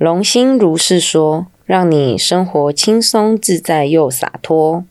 龙心如是说，让你生活轻松自在又洒脱。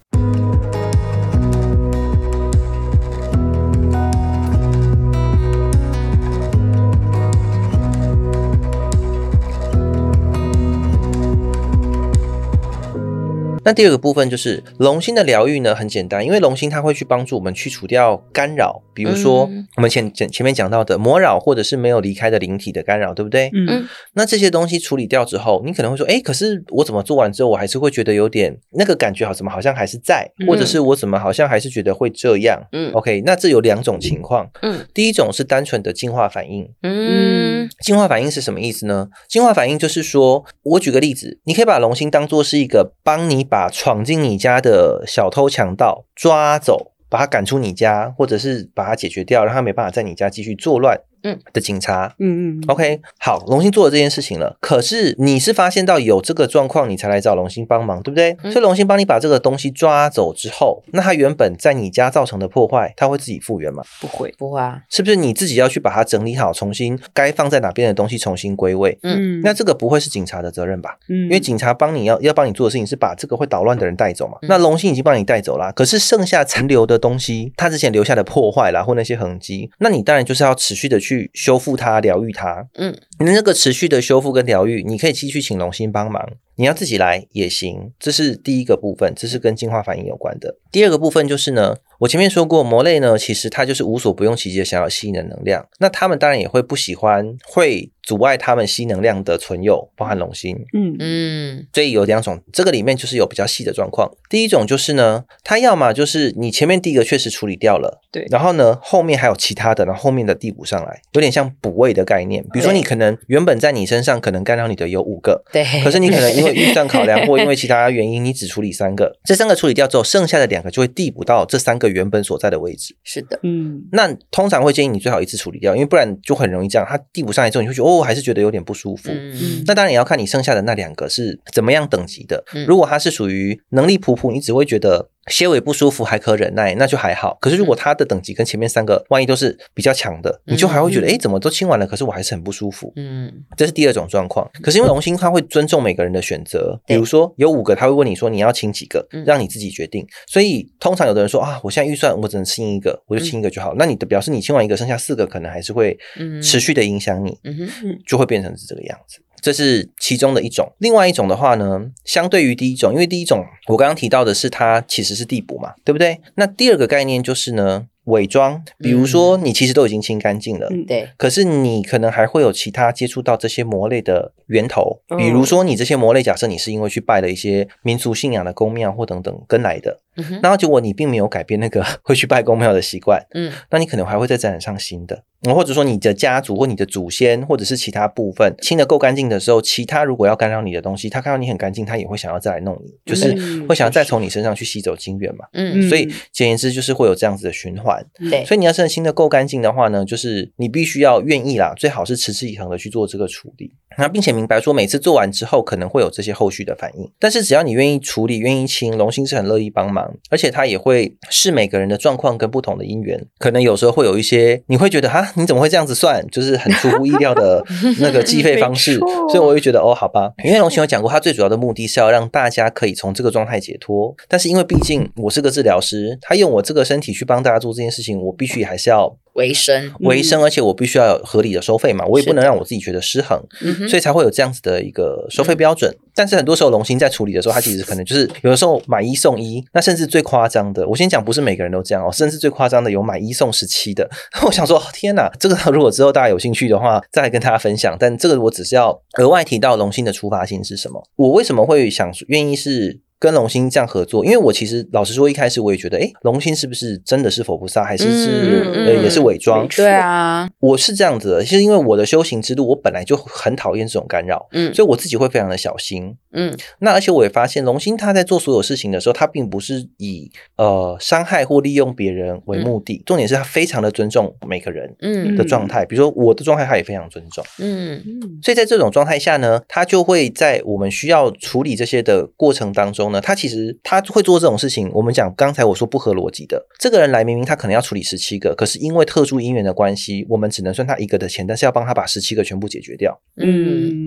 那第二个部分就是龙心的疗愈呢，很简单，因为龙心它会去帮助我们去除掉干扰，比如说我们前面讲到的魔扰或者是没有离开的灵体的干扰，对不对？那这些东西处理掉之后，你可能会说，可是我怎么做完之后，我还是会觉得有点那个感觉怎么好像还是在，或者是我怎么好像还是觉得会这样。OK， 那这有两种情况。第一种是单纯的进化反应。进化反应是什么意思呢？进化反应就是说，我举个例子，你可以把龙心当作是一个帮你把闯进你家的小偷强盗抓走，把他赶出你家，或者是把他解决掉，让他没办法在你家继续作乱的警察。OK， 好，龙心做了这件事情了，可是你是发现到有这个状况你才来找龙心帮忙，对不对？所以龙心帮你把这个东西抓走之后，那他原本在你家造成的破坏，他会自己复原吗？ 不会啊， 是不是你自己要去把它整理好，重新该放在哪边的东西重新归位？那这个不会是警察的责任吧？因为警察帮你要帮你做的事情是把这个会捣乱的人带走嘛。那龙心已经帮你带走啦，可是剩下残留的东西，他之前留下的破坏啦或那些痕迹，那你当然就是要持续的去修复它，疗愈它。你那个持续的修复跟疗愈，你可以继续请龙心帮忙，你要自己来也行。这是第一个部分，这是跟进化反应有关的。第二个部分就是呢，我前面说过，魔类呢其实它就是无所不用其极的想要吸引的能量，那他们当然也会不喜欢会阻碍他们吸能量的存有，包含龙心。所以有两种，这个里面就是有比较细的状况。第一种就是呢，它要么就是你前面第一个确实处理掉了，对，然后呢后面还有其他的，然后后面的递补上来，有点像补位的概念。比如说你可能原本在你身上可能干扰你的有5个，对，可是你可能因为预算考量或因为其他原因，你只处理3个，这3个处理掉之后，剩下的2个就会递补到这3个原本所在的位置。 是的， 那通常会建议你最好一次处理掉，因为不然就很容易这样，它递补上来之后，你会觉得还是觉得有点不舒服。那当然也要看你剩下的那2个是怎么样等级的。如果它是属于能力普普，你只会觉得些微不舒服还可忍耐，那就还好。可是如果它的等级跟前面3个万一都是比较强的，你就还会觉得怎么都清完了，可是我还是很不舒服。这是第二种状况。可是因为龙心它会尊重每个人的选择，比如说有5个他会问你说你要清几个，让你自己决定。所以通常有的人说我现在预算我只能清1个，我就清1个就好。那你的表示你清完1个，剩下4个可能还是会持续的影响你，就会变成是这个样子。这是其中的一种。另外一种的话呢，相对于第一种，因为第一种我刚刚提到的是它其实是递补嘛，对不对？那第二个概念就是呢，伪装。比如说你其实都已经清干净了，对，可是你可能还会有其他接触到这些魔类的源头。比如说你这些魔类，假设你是因为去拜了一些民俗信仰的宫庙或等等跟来的，然后结果你并没有改变那个会去拜宫庙的习惯，那你可能还会再沾上新的。或者说你的家族或你的祖先或者是其他部分清得够干净的时候，其他如果要干扰你的东西，他看到你很干净，他也会想要再来弄你，就是会想要再从你身上去吸走精元嘛。所以简言之就是会有这样子的循环。所以你要是清得够干净的话呢，就是你必须要愿意啦，最好是持之以恒的去做这个处理，那并且明白说每次做完之后可能会有这些后续的反应，但是只要你愿意处理愿意清，龙心是很乐意帮忙，而且他也会视每个人的状况跟不同的因缘，可能有时候会有一些你会觉得你怎么会这样子算，就是很出乎意料的那个计费方式所以我会觉得好吧，因为龙心有讲过他最主要的目的是要让大家可以从这个状态解脱，但是因为毕竟我是个治疗师，他用我这个身体去帮大家做这件事情，我必须还是要维生， 而且我必须要有合理的收费嘛，我也不能让我自己觉得失衡，所以才会有这样子的一个收费标准。但是很多时候龙心在处理的时候，他其实可能就是有的时候买1送1，那甚至最夸张的，我先讲不是每个人都这样甚至最夸张的有买1送17的。我想说天哪，这个如果之后大家有兴趣的话再来跟大家分享，但这个我只是要额外提到龙心的出发性是什么。我为什么会想愿意是跟龙心这样合作，因为我其实老实说一开始我也觉得龙心是不是真的是佛菩萨，还是也是伪装。 对啊， 我是这样子的，是因为我的修行之路我本来就很讨厌这种干扰，所以我自己会非常的小心。那而且我也发现龙心他在做所有事情的时候，他并不是以伤害或利用别人为目的，重点是他非常的尊重每个人的状态，比如说我的状态他也非常尊重。所以在这种状态下呢，他就会在我们需要处理这些的过程当中呢，他其实他会做这种事情，我们讲刚才我说不合逻辑的，这个人来明明他可能要处理17个，可是因为特殊因缘的关系，我们只能算他1个的钱，但是要帮他把17个全部解决掉。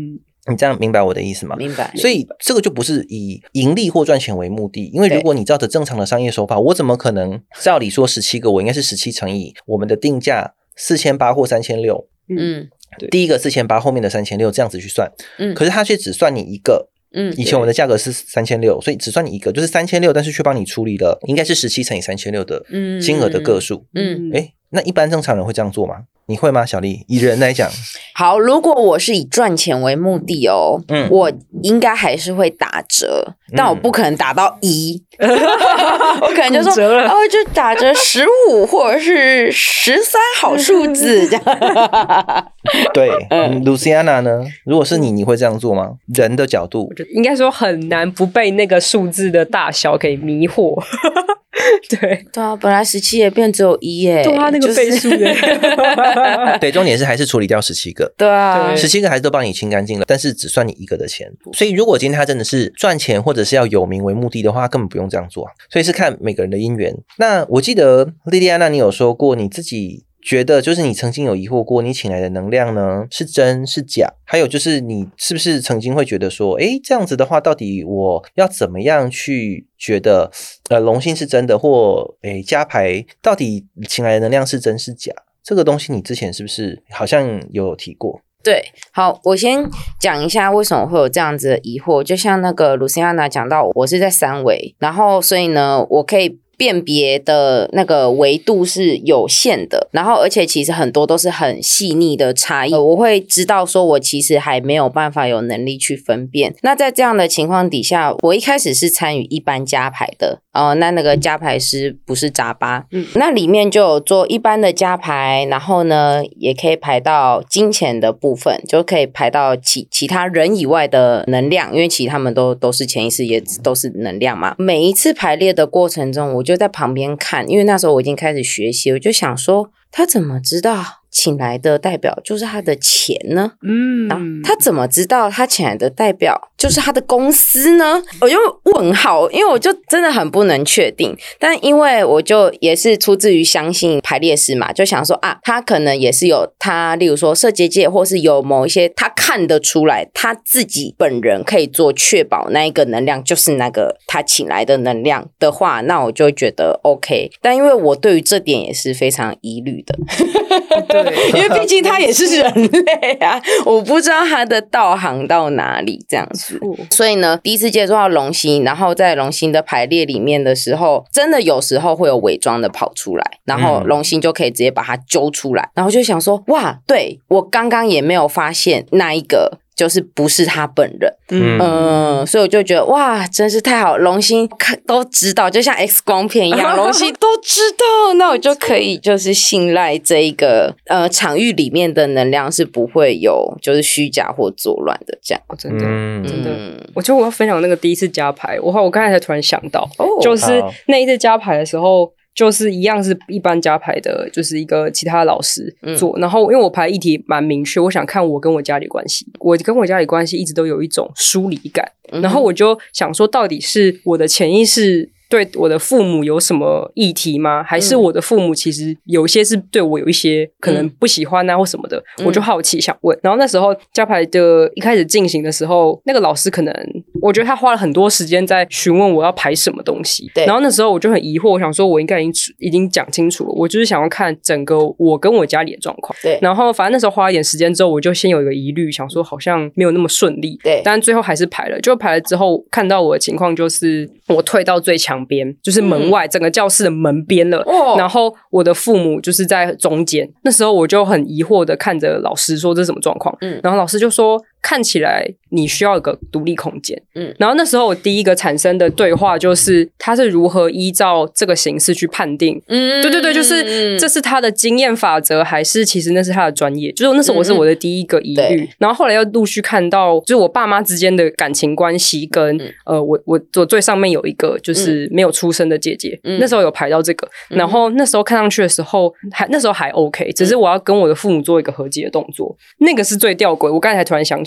你这样明白我的意思吗？ 明白。 所以这个就不是以盈利或赚钱为目的，因为如果你照着正常的商业手法，我怎么可能照理说17个我应该是17乘以我们的定价4800或3600，第一个4800，后面的3600这样子去算，可是他却只算你一个。以前我们的价格是3600，所以只算你一个，就是3600，但是却帮你处理了应该是17乘以3600的金额的个数。那一般正常人会这样做吗？你会吗，小丽？以人来讲， 好，如果我是以赚钱为目的我应该还是会打折，但我不可能打到1，我可能就说就打折15或者是13好数字这样。 对，Luciana 呢？如果是你会这样做吗？人的角度， 应该说很难不被那个数字的大小给迷惑。对啊，本来17也变只有1耶， 对啊，那个倍数耶。 对，重点是还是处理掉17个， 对啊 ，17个还是都帮你清干净了，但是只算你一个的钱。所以如果今天他真的是赚钱或者是要有名为目的的话，根本不用这样做。所以是看每个人的因缘。那我记得莉莉安娜，你有说过你自己觉得就是你曾经有疑惑过你请来的能量呢是真是假，还有就是你是不是曾经会觉得说这样子的话到底我要怎么样去觉得龙星是真的，或加牌到底请来的能量是真是假，这个东西你之前是不是好像有提过？ 对，好，我先讲一下为什么会有这样子的疑惑。就像那个 Luciana 讲到，我是在3维，然后所以呢我可以辨别的那个维度是有限的，然后而且其实很多都是很细腻的差异，我会知道说我其实还没有办法有能力去分辨。那在这样的情况底下，我一开始是参与一般加牌的那个加牌师不是扎巴，那里面就有做一般的加牌，然后呢也可以排到金钱的部分，就可以排到其他人以外的能量，因为其实他们都是潜意识，也都是能量嘛。每一次排列的过程中，我就在旁边看，因为那时候我已经开始学习，我就想说他怎么知道请来的代表就是他的钱呢？然后他怎么知道他请来的代表就是他的公司呢？我就问号，因为我就真的很不能确定。但因为我就也是出自于相信排列师嘛，就想说他可能也是有他，例如说设结界，或是有某一些他看得出来他自己本人可以做确保那一个能量就是那个他请来的能量的话，那我就觉得 OK。但因为我对于这点也是非常疑虑的。因为毕竟他也是人类啊，我不知道他的道行到哪里这样子。所以呢，第一次接触到龙星，然后在龙星的排列里面的时候，真的有时候会有伪装的跑出来，然后龙星就可以直接把它揪出来，然后就想说哇，对，我刚刚也没有发现那一个就是不是他本人。所以我就觉得哇，真是太好，龙星都知道，就像 X 光片一样，龙星都知道，那我就可以就是信赖这一个场域里面的能量是不会有就是虚假或作乱的这样。 真的真的，我觉得我要分享那个第一次加牌，我刚才才突然想到，就是那一次加牌的时候，就是一样是一般加牌的，就是一个其他的老师做，然后因为我排议题蛮明确，我想看我跟我家里关系，我跟我家里关系一直都有一种疏离感，然后我就想说到底是我的潜意识对我的父母有什么议题吗？还是我的父母其实有些是对我有一些可能不喜欢或什么的，我就好奇想问。然后那时候加牌的一开始进行的时候，那个老师可能我觉得他花了很多时间在询问我要排什么东西，然后那时候我就很疑惑，我想说我应该已经讲清楚了，我就是想要看整个我跟我家里的状况。对，然后反正那时候花一点时间之后，我就先有一个疑虑，想说好像没有那么顺利。对，但最后还是排了，就排了之后看到我的情况就是我退到最强边，就是门外整个教室的门边了，然后我的父母就是在中间。那时候我就很疑惑的看着老师说这是什么状况，然后老师就说看起来你需要一个独立空间。然后那时候我第一个产生的对话就是他是如何依照这个形式去判定，对对对，就是这是他的经验法则还是其实那是他的专业，就是那时候我是我的第一个疑虑。然后后来又陆续看到就是我爸妈之间的感情关系跟我最上面有一个就是没有出生的姐姐，那时候有排到这个，然后那时候看上去的时候那时候还 OK， 只是我要跟我的父母做一个和解的动作，那个是最吊诡。我刚才才突然想起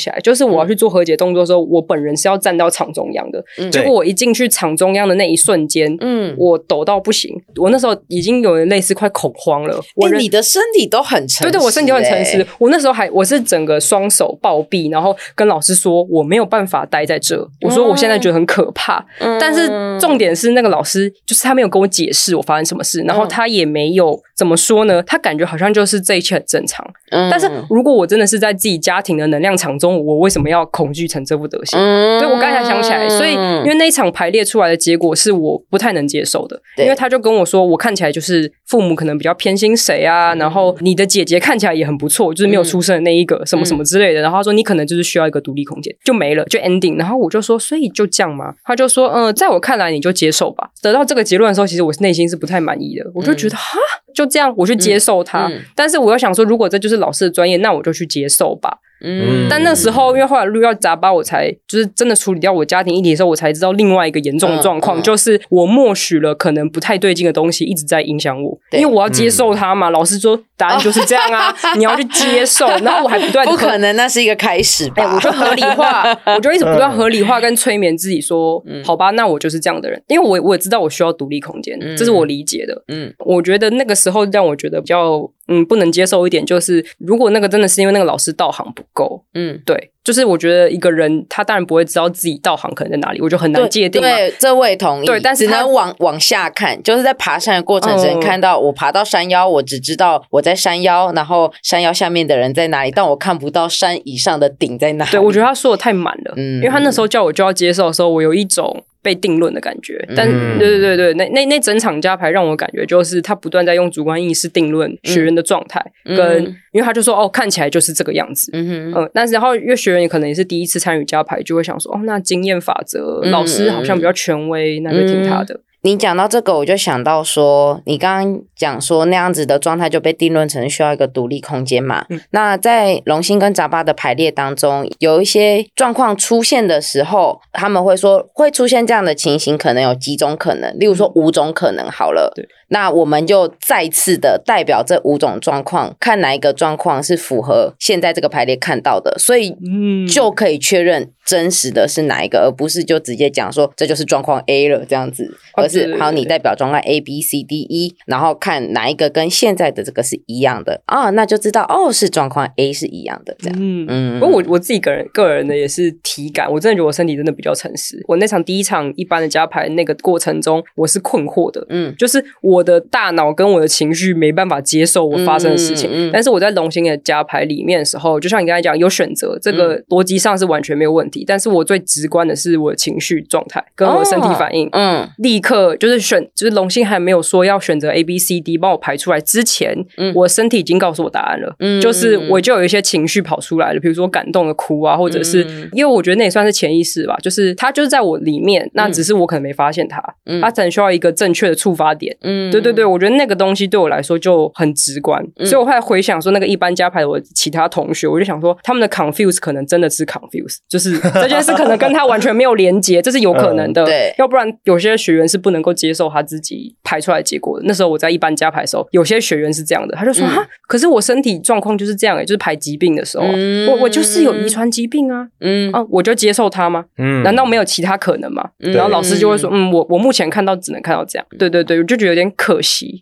起来，就是我要去做和解动作的时候，我本人是要站到场中央的，结果我一进去场中央的那一瞬间，我抖到不行，我那时候已经有点类似快恐慌了。 你的身体都很诚实， 对，我身体都很诚实。我那时候我是整个双手抱臂，然后跟老师说我没有办法待在这，我说我现在觉得很可怕，但是重点是那个老师就是他没有跟我解释我发生什么事，然后他也没有怎么说呢，他感觉好像就是这一切很正常，但是如果我真的是在自己家庭的能量场中，我为什么要恐惧成这副德行？对，我刚才想起来，所以因为那一场排列出来的结果是我不太能接受的，因为他就跟我说我看起来就是父母可能比较偏心谁啊，然后你的姐姐看起来也很不错，就是没有出生的那一个什么什么之类的，然后他说你可能就是需要一个独立空间，就没了，就 ending。 然后我就说所以就这样吗？他就说在我看来你就接受吧。得到这个结论的时候，其实我内心是不太满意的，我就觉得哈就这样我去接受它，但是我又想说如果这就是老师的专业，那我就去接受吧。但那时候因为后来路要杂巴，我才就是真的处理掉我家庭议题的时候，我才知道另外一个严重的状况，就是我默许了可能不太对劲的东西一直在影响我，因为我要接受它嘛，老师说答案就是这样啊，你要去接受，然后我还不断不可能那是一个开始吧， 我就合理化我就一直不断合理化跟催眠自己说好吧，那我就是这样的人，因为我也知道我需要独立空间，这是我理解的。我觉得那个时候让我觉得比较不能接受一点，就是如果那个真的是因为那个老师道行不够，对，就是我觉得一个人他当然不会知道自己道行可能在哪里，我就很难界定嘛。 对，这我也同意。 对，但是只能往下看，就是在爬山的过程只能看到我爬到山腰，我只知道我在山腰，然后山腰下面的人在哪里，但我看不到山以上的顶在哪里。 对，我觉得他说的太满了，因为他那时候叫我就要接受的时候，我有一种被定论的感觉，但对，那整场加排让我感觉就是他不断在用主观意识定论学员的状态，跟因为他就说看起来就是这个样子，但是然后因为学员可能也是第一次参与加排，就会想说那经验法则，老师好像比较权威，那就听他的。 你讲到这个，我就想到说，你刚刚讲说那样子的状态就被定论成需要一个独立空间嘛。那在龙星跟杂巴的排列当中，有一些状况出现的时候，他们会说会出现这样的情形，可能有几种可能，例如说5种可能好了。对，那我们就再次的代表这5种状况，看哪一个状况是符合现在这个排列看到的，所以就可以确认真实的是哪一个，而不是就直接讲说这就是状况 A 了这样子，而是好你代表状况 A B C D E， 然后看哪一个跟现在的这个是一样的那就知道是状况 A 是一样的这样。 不过我自己个人的也是体感，我真的觉得我身体真的比较诚实。我那场第一场一般的加排那个过程中，我是困惑的，就是我的大脑跟我的情绪没办法接受我发生的事情，但是我在龙星的加排里面的时候，就像你刚才讲有选择，这个逻辑上是完全没有问题，但是我最直观的是我的情绪状态跟我的身体反应，立刻就是龙星还没有说要选择 A B C D 帮我排出来之前，我身体已经告诉我答案了，就是我就有一些情绪跑出来了，比如说感动的哭啊，或者是因为我觉得那也算是潜意识吧，就是它就是在我里面，那只是我可能没发现它，它可能需要一个正确的触发点，对，我觉得那个东西对我来说就很直观，所以我后来回想说那个一般加排的我其他同学，我就想说他们的 confuse 可能真的是 confuse， 就是这件事可能跟他完全没有连结，这是有可能的， 对， 要不然有些学员是不能够接受他自己排出来的结果的。那时候我在一般加排的时候，有些学员是这样的，他就说可是我身体状况就是这样就是排疾病的时候我就是有遗传疾病啊，我就接受它吗？难道没有其他可能吗？然后老师就会说我目前看到只能看到这样，对，我就觉得有点可惜。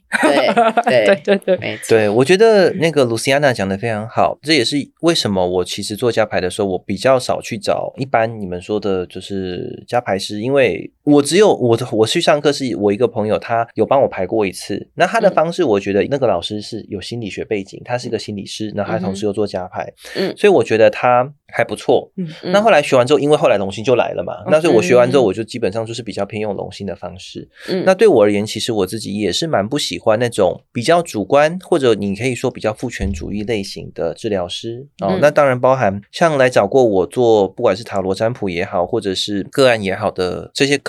对，我觉得那个 Luciana 讲的非常好，这也是为什么我其实做加排的时候，我比较少去找一般你们说的就是加排师，因为我只有我去上课是我一个朋友，他有帮我排过一次，那他的方式我觉得那个老师是有心理学背景，他是一个心理师，然后他同时又做加排，所以我觉得他还不错。那后来学完之后，因为后来龙星就来了嘛，那所以我学完之后我就基本上就是比较偏用龙星的方式。那对我而言，其实我自己也是蛮不喜欢那种比较主观，或者你可以说比较父权主义类型的治疗师那当然包含像来找过我做不管是塔罗占卜也好，或者是个案也好的这些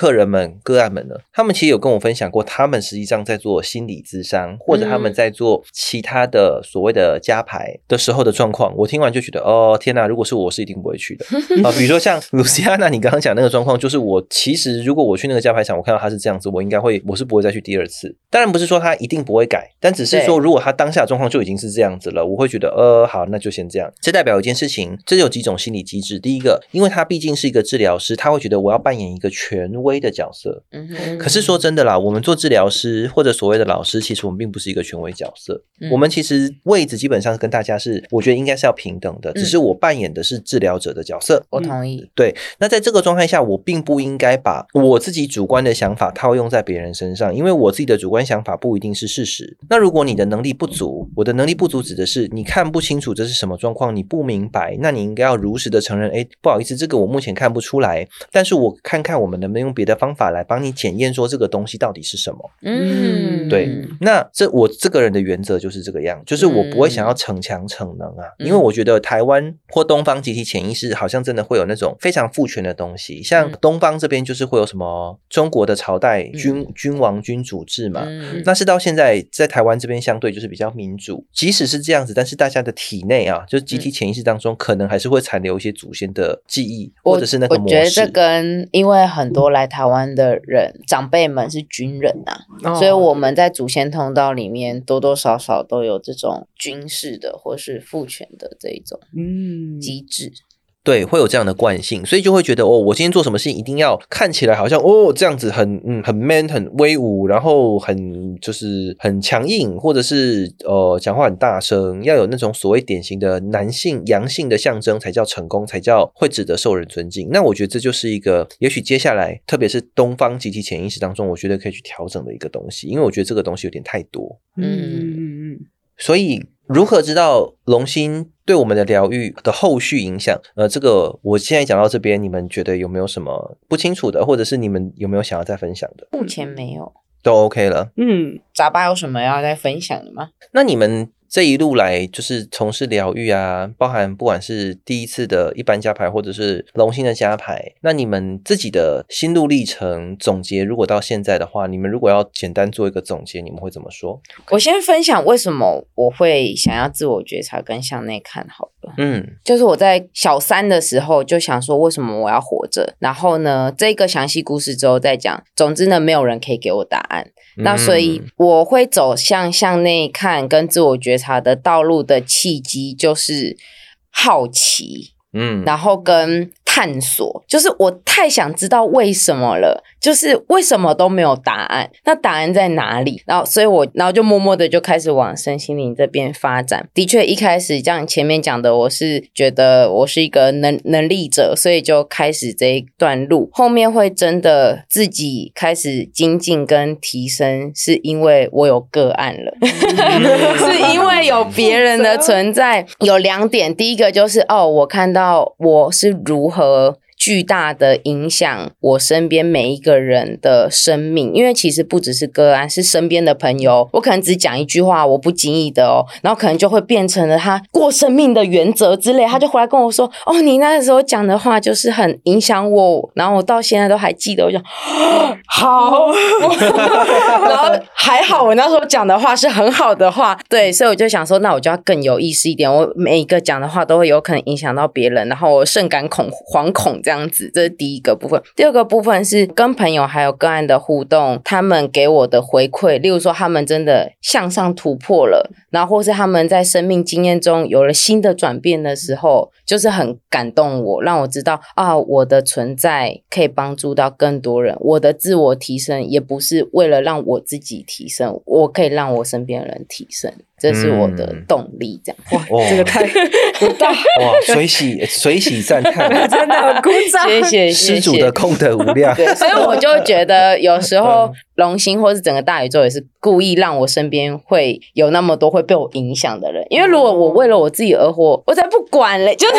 客人们个案们呢，他们其实有跟我分享过，他们实际上在做心理咨商，或者他们在做其他的所谓的家排的时候的状况。我听完就觉得哦天哪，如果是我是一定不会去的比如说像露西亚娜你刚刚讲那个状况，就是我其实如果我去那个家排场，我看到他是这样子，我是不会再去第二次。当然不是说他一定不会改，但只是说如果他当下的状况就已经是这样子了，我会觉得好，那就先这样。这代表一件事情，这有几种心理机制。第一个，因为他毕竟是一个治疗师，他会觉得我要扮演一个权威的角色。可是说真的啦，我们做治疗师或者所谓的老师，其实我们并不是一个权威角色。我们其实位置基本上跟大家是，我觉得应该是要平等的，只是我扮演的是治疗者的角色。 我同意。 对，那在这个状态下，我并不应该把我自己主观的想法套用在别人身上，因为我自己的主观想法不一定是事实。那如果你的能力不足，我的能力不足指的是你看不清楚这是什么状况，你不明白，那你应该要如实的承认，不好意思，这个我目前看不出来，但是我看看我们能不能用别的方法来帮你检验说这个东西到底是什么。对，那我这个人的原则就是这个样，就是我不会想要逞强逞能啊，因为我觉得台湾或东方集体潜意识好像真的会有那种非常父权的东西，像东方这边就是会有什么中国的朝代君王君主制嘛，那是到现在在台湾这边相对就是比较民主，即使是这样子，但是大家的体内啊，就是集体潜意识当中可能还是会残留一些祖先的记忆或者是那个模式。 我觉得这跟因为很多来台湾的人长辈们是军人啊，所以我们在祖先通道里面多多少少都有这种军事的或是父权的这一种机制。 对，会有这样的惯性，所以就会觉得我今天做什么事情一定要看起来好像这样子很 man 很威武，然后就是很强硬，或者是讲话很大声，要有那种所谓典型的男性阳性的象征才叫成功，才叫会值得受人尊敬。那我觉得这就是一个也许接下来特别是东方集体潜意识当中，我觉得可以去调整的一个东西，因为我觉得这个东西有点太多。所以如何知道龙心对我们的疗愈的后续影响？这个我现在讲到这边，你们觉得有没有什么不清楚的，或者是你们有没有想要再分享的？ 目前没有， 都 OK 了。 杂巴有什么要再分享的吗？ 那你们这一路来就是从事疗愈啊，包含不管是第一次的一般家排或者是龙心的家排，那你们自己的心路历程总结，如果到现在的话，你们如果要简单做一个总结，你们会怎么说？ 我先分享为什么我会想要自我觉察跟向内看好了。就是我在小3的时候就想说为什么我要活着，然后呢这个详细故事之后再讲，总之呢没有人可以给我答案。那所以我会走向内看跟自我觉察的道路的契机就是好奇，然后跟探索，就是我太想知道为什么了，就是为什么都没有答案，那答案在哪里？然后所以然后就默默的就开始往身心灵这边发展。的确一开始像前面讲的，我是觉得我是一个能力者，所以就开始这一段路，后面会真的自己开始精进跟提升，是因为我有个案了是因为有别人的存在。有2点，第一个就是我看到我是如何巨大的影响我身边每一个人的生命，因为其实不只是个案，是身边的朋友，我可能只讲一句话，我不经意的然后可能就会变成了他过生命的原则之类，他就回来跟我说你那时候讲的话就是很影响我，然后我到现在都还记得，我就好然后还好我那时候讲的话是很好的话，对，所以我就想说那我就要更有意识一点，我每一个讲的话都会有可能影响到别人，然后我甚感惶恐这样子，这是第一个部分。第二个部分是跟朋友还有个案的互动，他们给我的回馈，例如说他们真的向上突破了，然后或是他们在生命经验中有了新的转变的时候，就是很感动我，让我知道我的存在可以帮助到更多人，我的自我提升也不是为了让我自己提升，我可以让我身边的人提升，这是我的动力。这样哇，这个太不大哇，水洗赞叹真的鼓掌， 谢谢施主的功德无量。 对，所以我就觉得有时候龙心或是整个大宇宙也是故意让我身边会有那么多会被我影响的人，因为如果我为了我自己而活，我才不管嘞，就是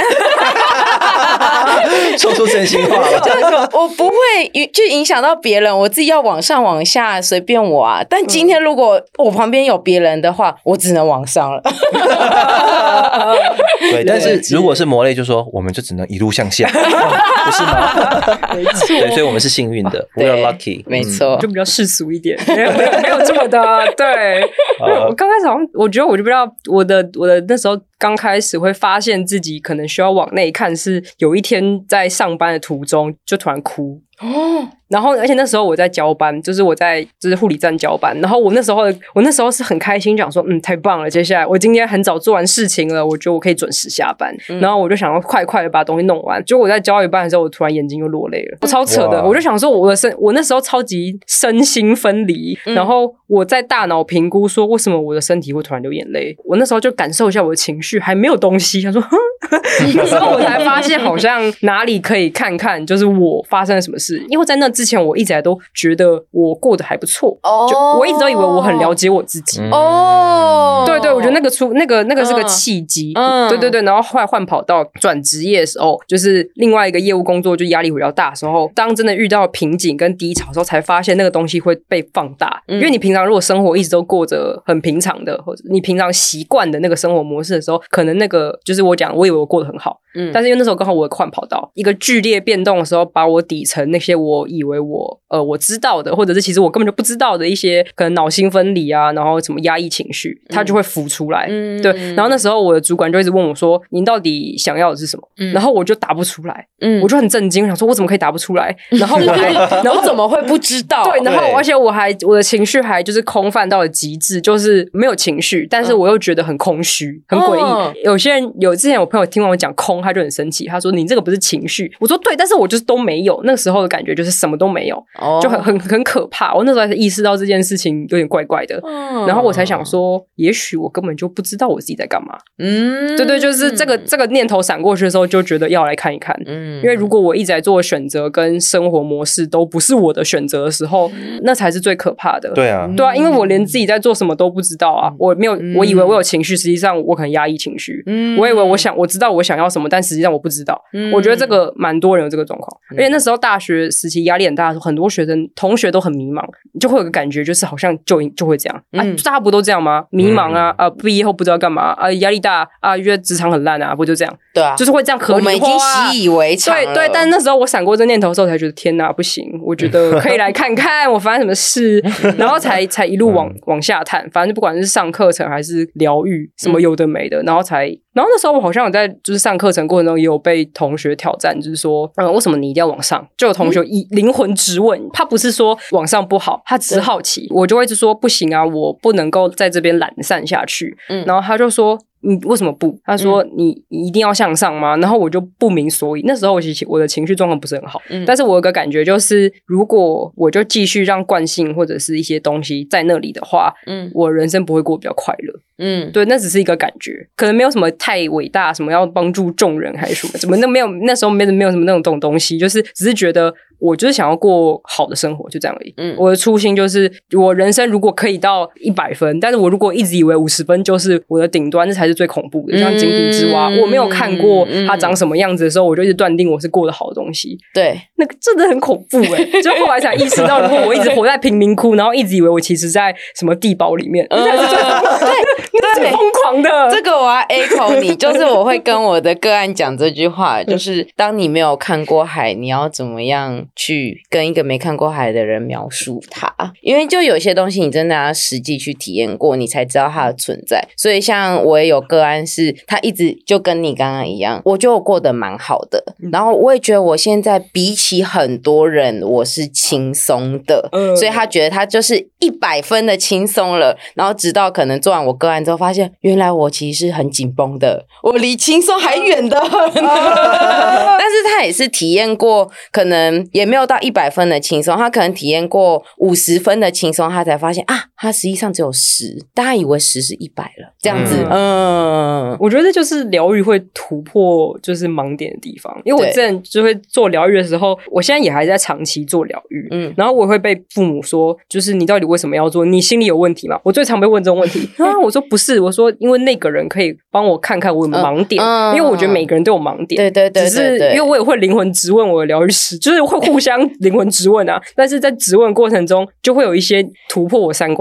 说出真心话了， 就是我不会去影响到别人，我自己要往上往下随便我啊。但今天如果我旁边有别人的话，我只能往上了。 对，但是如果是魔类就说我们就只能一路向下不是吗？ 没错， 对，所以我们是幸运的 ，We are lucky， 没错， 就比较世俗一点，没有这么的，对。我刚开始好像，我觉得我就不知道我的那时候刚开始会发现自己可能需要往内看，是有一天在上班的途中就突然哭。然后而且那时候我在交班，就是我在护理站交班，然后我那时候是很开心，讲说太棒了，接下来我今天很早做完事情了，我觉得我可以准时下班，然后我就想要快快的把东西弄完。结果我在交一半的时候，我突然眼睛就落泪了，我超扯的，我就想说我那时候超级身心分离，然后我在大脑评估说为什么我的身体会突然流眼泪，我那时候就感受一下我的情绪，还没有东西，想说那时候我才发现好像哪里可以看看，就是我发生了什么事，因为在那之前我一直来都觉得我过得还不错，就我一直都以为我很了解我自己。对，我觉得那个是个契机。对，然后后来换跑道转职业的时候，就是另外一个业务工作就压力比较大的时候，当真的遇到瓶颈跟低潮的时候，才发现那个东西会被放大。因为你平常如果生活一直都过着很平常的，或者你平常习惯的那个生活模式的时候，可能那个就是我以为我过得很好，但是因为那时候刚好我换跑道，一个剧烈变动的时候，把我抵成那些我以为我知道的，或者是其实我根本就不知道的一些可能脑心分离啊，然后什么压抑情绪，它就会浮出来。对，然后那时候我的主管就一直问我说：“你到底想要的是什么？”然后我就答不出来，我就很震惊，想说我怎么可以答不出来？然后然后怎么会不知道？ 对，然后而且我的情绪还就是空泛到了极致，就是没有情绪，但是我又觉得很空虚，很诡异。有些人之前有朋友听完我讲空，他就很生气，他说：“你这个不是情绪。”我说：“对，但是我就是都没有。”那个时候的感觉就是什么都没有，就很可怕。我那时候才意识到这件事情有点怪怪的，然后我才想说，也许我根本就不知道我自己在干嘛。对，就是这个念头闪过去的时候，就觉得要来看一看。因为如果我一直在做选择跟生活模式都不是我的选择的时候，那才是最可怕的。 对啊， 因为我连自己在做什么都不知道啊。我以为我有情绪，实际上我可能压抑情绪。我以为我知道我想要什么，但实际上我不知道。我觉得这个蛮多人有这个状况，而且那时候大学时期压力很大的时候，很多同学都很迷茫，就会有个感觉，就是好像就会这样啊，大家不都这样吗？迷茫啊，毕业后不知道干嘛啊，压力大啊，觉得职场很烂啊，不就这样？ 对啊， 就是会这样合理化。 我们已经习以为常了。 对，但那时候我闪过这念头的时候，才觉得天哪，不行！我觉得可以来看看我发生什么事，然后才一路往下探。反正不管是上课程还是疗愈，什么有的没的，然后那时候我好像有在就是上课程过程中也有被同学挑战，就是说，为什么你一定要往上？就有同学以灵魂质问，他不是说往上不好，他只是好奇。我就会一直说不行啊，我不能够在这边懒散下去。然后他就说。你为什么不？他说你一定要向上吗？然后我就不明所以。那时候我的情绪状况不是很好，但是我有个感觉就是，如果我就继续让惯性或者是一些东西在那里的话，我人生不会过比较快乐。对，那只是一个感觉，可能没有什么太伟大，什么要帮助众人还是什么，怎么那没有那时候没有什么那种东西，就是只是觉得我就是想要过好的生活，就这样而已。我的初心就是我人生如果可以到100分，但是我如果一直以为50分就是我的顶端，这才是最恐怖的。像井底之蛙，我没有看过它长什么样子的时候，我就一直断定我是过得好的东西。 对， 那个真的很恐怖就后来才意识到，如果我一直活在贫民窟，然后一直以为我其实在什么地堡里面，对，疯狂的。 这个我要 echo 你，就是我会跟我的个案讲这句话，就是当你没有看过海，你要怎么样去跟一个没看过海的人描述它？因为就有些东西你真的要实际去体验过，你才知道它的存在。所以像我也有个案是，他一直就跟你刚刚一样，我觉得我过得蛮好的，然后我也觉得我现在比起很多人我是轻松的，所以他觉得他就是100分的轻松了。然后直到可能做完我个案之后，发现原来我其实是很紧绷的，我离轻松还远的很。但是他也是体验过，可能也没有到100分的轻松，他可能体验过50分的轻松，他才发现啊，他实际上只有10，大家以为10是100了，这样子。 我觉得这就是疗愈会突破就是盲点的地方。因为我之前就会做疗愈的时候，我现在也还在长期做疗愈，然后我会被父母说，就是你到底为什么要做？你心里有问题吗？我最常被问这种问题我说不是，我说因为那个人可以帮我看看我有没有盲点，因为我觉得每个人都有盲点， 对， 只是因为我也会灵魂质问我的疗愈师，就是会互相灵魂质问啊。但是在质问过程中，就会有一些突破我3观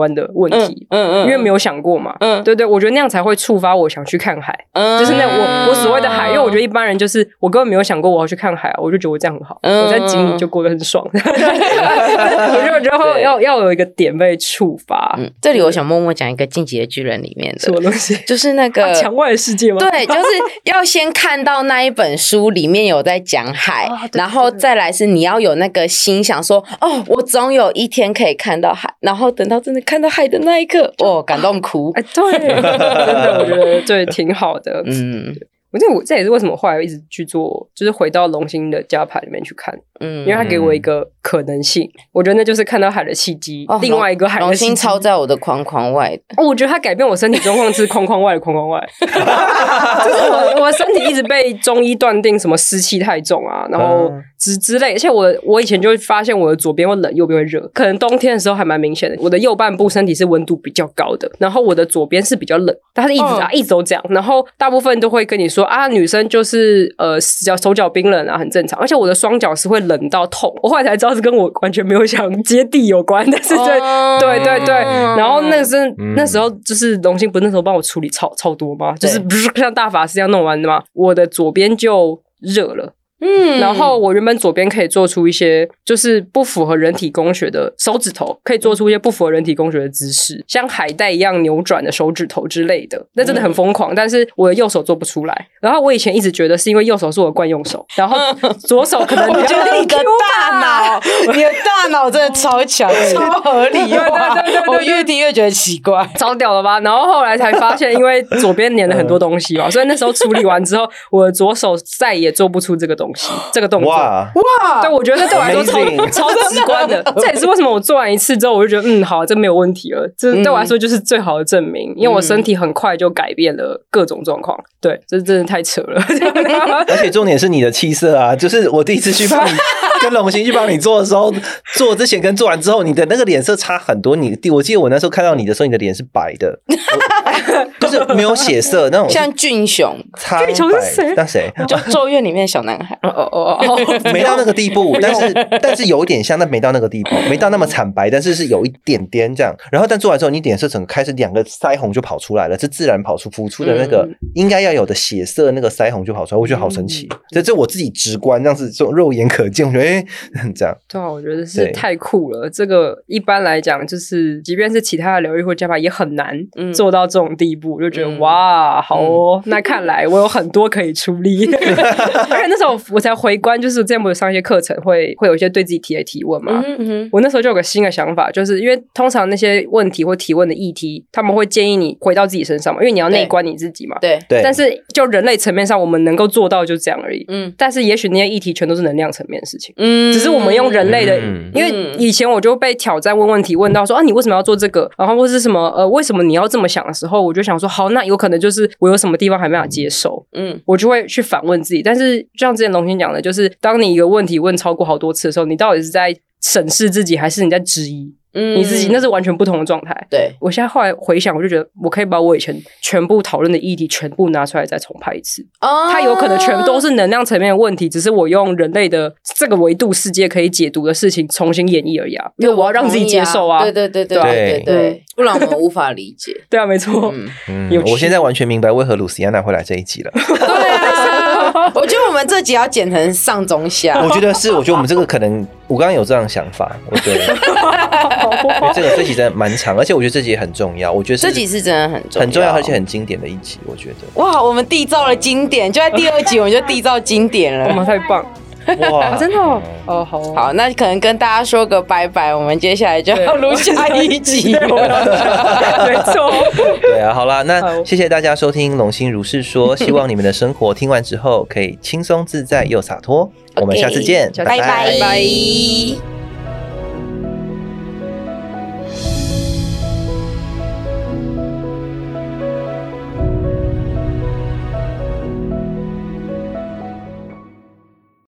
关的问题，因为没有想过嘛，对对，我觉得那样才会触发我想去看海，就是那我所谓的海，因为我觉得一般人就是我根本没有想过我要去看海啊，我就觉得我这样很好，我在井里就过得很爽，我觉得要有一个点被触发。 这里我想默默讲一个进击的巨人里面的什么东西， 就是那个墙外的世界吗？ 对，就是要先看到那一本书里面有在讲海，然后再来是你要有那个心想说，哦，我总有一天可以看到海，然后等到真的看到海的那一刻，感动哭。 对，真的，我觉得对挺好的。这也是为什么后来一直去做，就是回到龙星的家牌里面去看，因为他给我一个可能性，我觉得那就是看到海的契机，另外一个海的契机。 龙星超在我的框框外的， 我觉得他改变我身体状况是框框外的框框外，就是我的身体一直被中医断定什么湿气太重啊，然后之类，而且我以前就会发现我的左边会冷，右边会热，可能冬天的时候还蛮明显的，我的右半部身体是温度比较高的，然后我的左边是比较冷，但是一直都这样，然后大部分都会跟你说啊，女生就是手脚冰冷啊，很正常。而且我的双脚是会冷到痛，我后来才知道是跟我完全没有想接地有关，但是对。然后那时候就是龙星不是那时候帮我处理超多吗？就是不是像大法师一样弄完的吗？我的左边就热了。然后我原本左边可以做出一些就是不符合人体工学的手指头，可以做出一些不符合人体工学的姿势，像海带一样扭转的手指头之类的，那真的很疯狂，但是我的右手做不出来。然后我以前一直觉得是因为右手是我的惯用手，然后左手可能我觉得你的大脑真的超强，超合理。对，我越听越觉得奇怪， 超屌了吧？然后后来才发现，因为左边粘了很多东西嘛，所以那时候处理完之后，我的左手再也做不出这个东西。这个动作哇，对，我觉得对我来说超直观的。这也是为什么我做完一次之后，我就觉得好，这没有问题了。这对我来说就是最好的证明，因为我身体很快就改变了各种状况。对，这真的太扯了。 而且重点是你的气色啊，就是我第一次去帮你跟龙星去帮你做的时候，做之前跟做完之后，你的那个脸色差很多。我记得我那时候看到你的时候，你的脸是白的，就是没有血色那种， 像俊雄。 俊雄是谁？ 那谁？ 就咒怨里面的小男孩。 没到那个地步，但是有一点像，但没到那个地步，没到那么惨白，但是有一点点这样。然后但做完之后，你脸色整个开始2个腮红就跑出来了，是自然浮出的那个应该要有的血色，那个腮红就跑出来，我觉得好神奇。这我自己直观，这样子肉眼可见，我觉得这样。 对啊，我觉得是太酷了。这个一般来讲，就是即便是其他的疗愈或家法也很难做到这种地步，我就觉得哇，好哦，那看来我有很多可以处理。而且那时候我才回观，就是之前不是上一些课程会有一些对自己提的提问嘛。我那时候就有个新的想法，就是因为通常那些问题或提问的议题，他们会建议你回到自己身上嘛，因为你要内观你自己嘛。 对。 但是就人类层面上，我们能够做到就这样而已。但是也许那些议题全都是能量层面的事情。只是我们用人类的，因为以前我就被挑战问问题，问到说啊，你为什么要做这个？然后或是什么为什么你要这么想的时候，我就想说，好，那有可能就是我有什么地方还没办法接受。我就会去反问自己。但是就像之前龙星讲的，就是当你一个问题问超过好多次的时候，你到底是在审视自己，还是你在质疑你自己？那是完全不同的状态。 对， 我现在后来回想，我就觉得我可以把我以前全部讨论的议题全部拿出来再重拍一次。它有可能全都是能量层面的问题，只是我用人类的这个维度世界可以解读的事情重新演绎而已啊。因为我要让自己接受啊。 对，不然我们无法理解。 对啊，没错。 我现在完全明白为何露西安娜会来这一集了。 对啊，我觉得我们这集要剪成上中下。 我觉得我们这个可能我刚刚有这样想法，我觉得这集真的蛮长，而且我觉得这集也很重要。我觉得这集是真的很重要， 而且很经典的一集。我觉得哇，我们缔造了经典，就在第2集我们就缔造经典了。 我们太棒。哇，真的好， 那可能跟大家说个拜拜，我们接下来就要录下一集。 没错， 对啊，好啦，那谢谢大家收听龙星如是说，希望你们的生活听完之后可以轻松自在又洒脱。我们下次见， 拜拜。